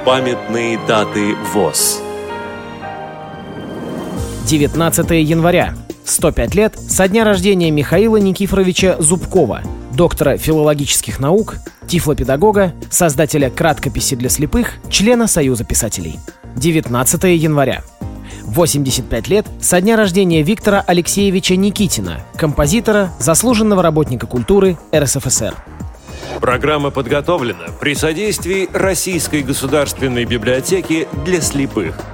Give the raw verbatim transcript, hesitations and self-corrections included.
Памятные даты ВОС. девятнадцатое января. сто пять лет со дня рождения Михаила Никифоровича Зубкова, доктора филологических наук, тифлопедагога, создателя краткописи для слепых, члена Союза писателей. девятнадцатое января. восемьдесят пять лет со дня рождения Виктора Алексеевича Никитина, композитора, заслуженного работника культуры РСФСР. Программа подготовлена при содействии Российской государственной библиотеки для слепых.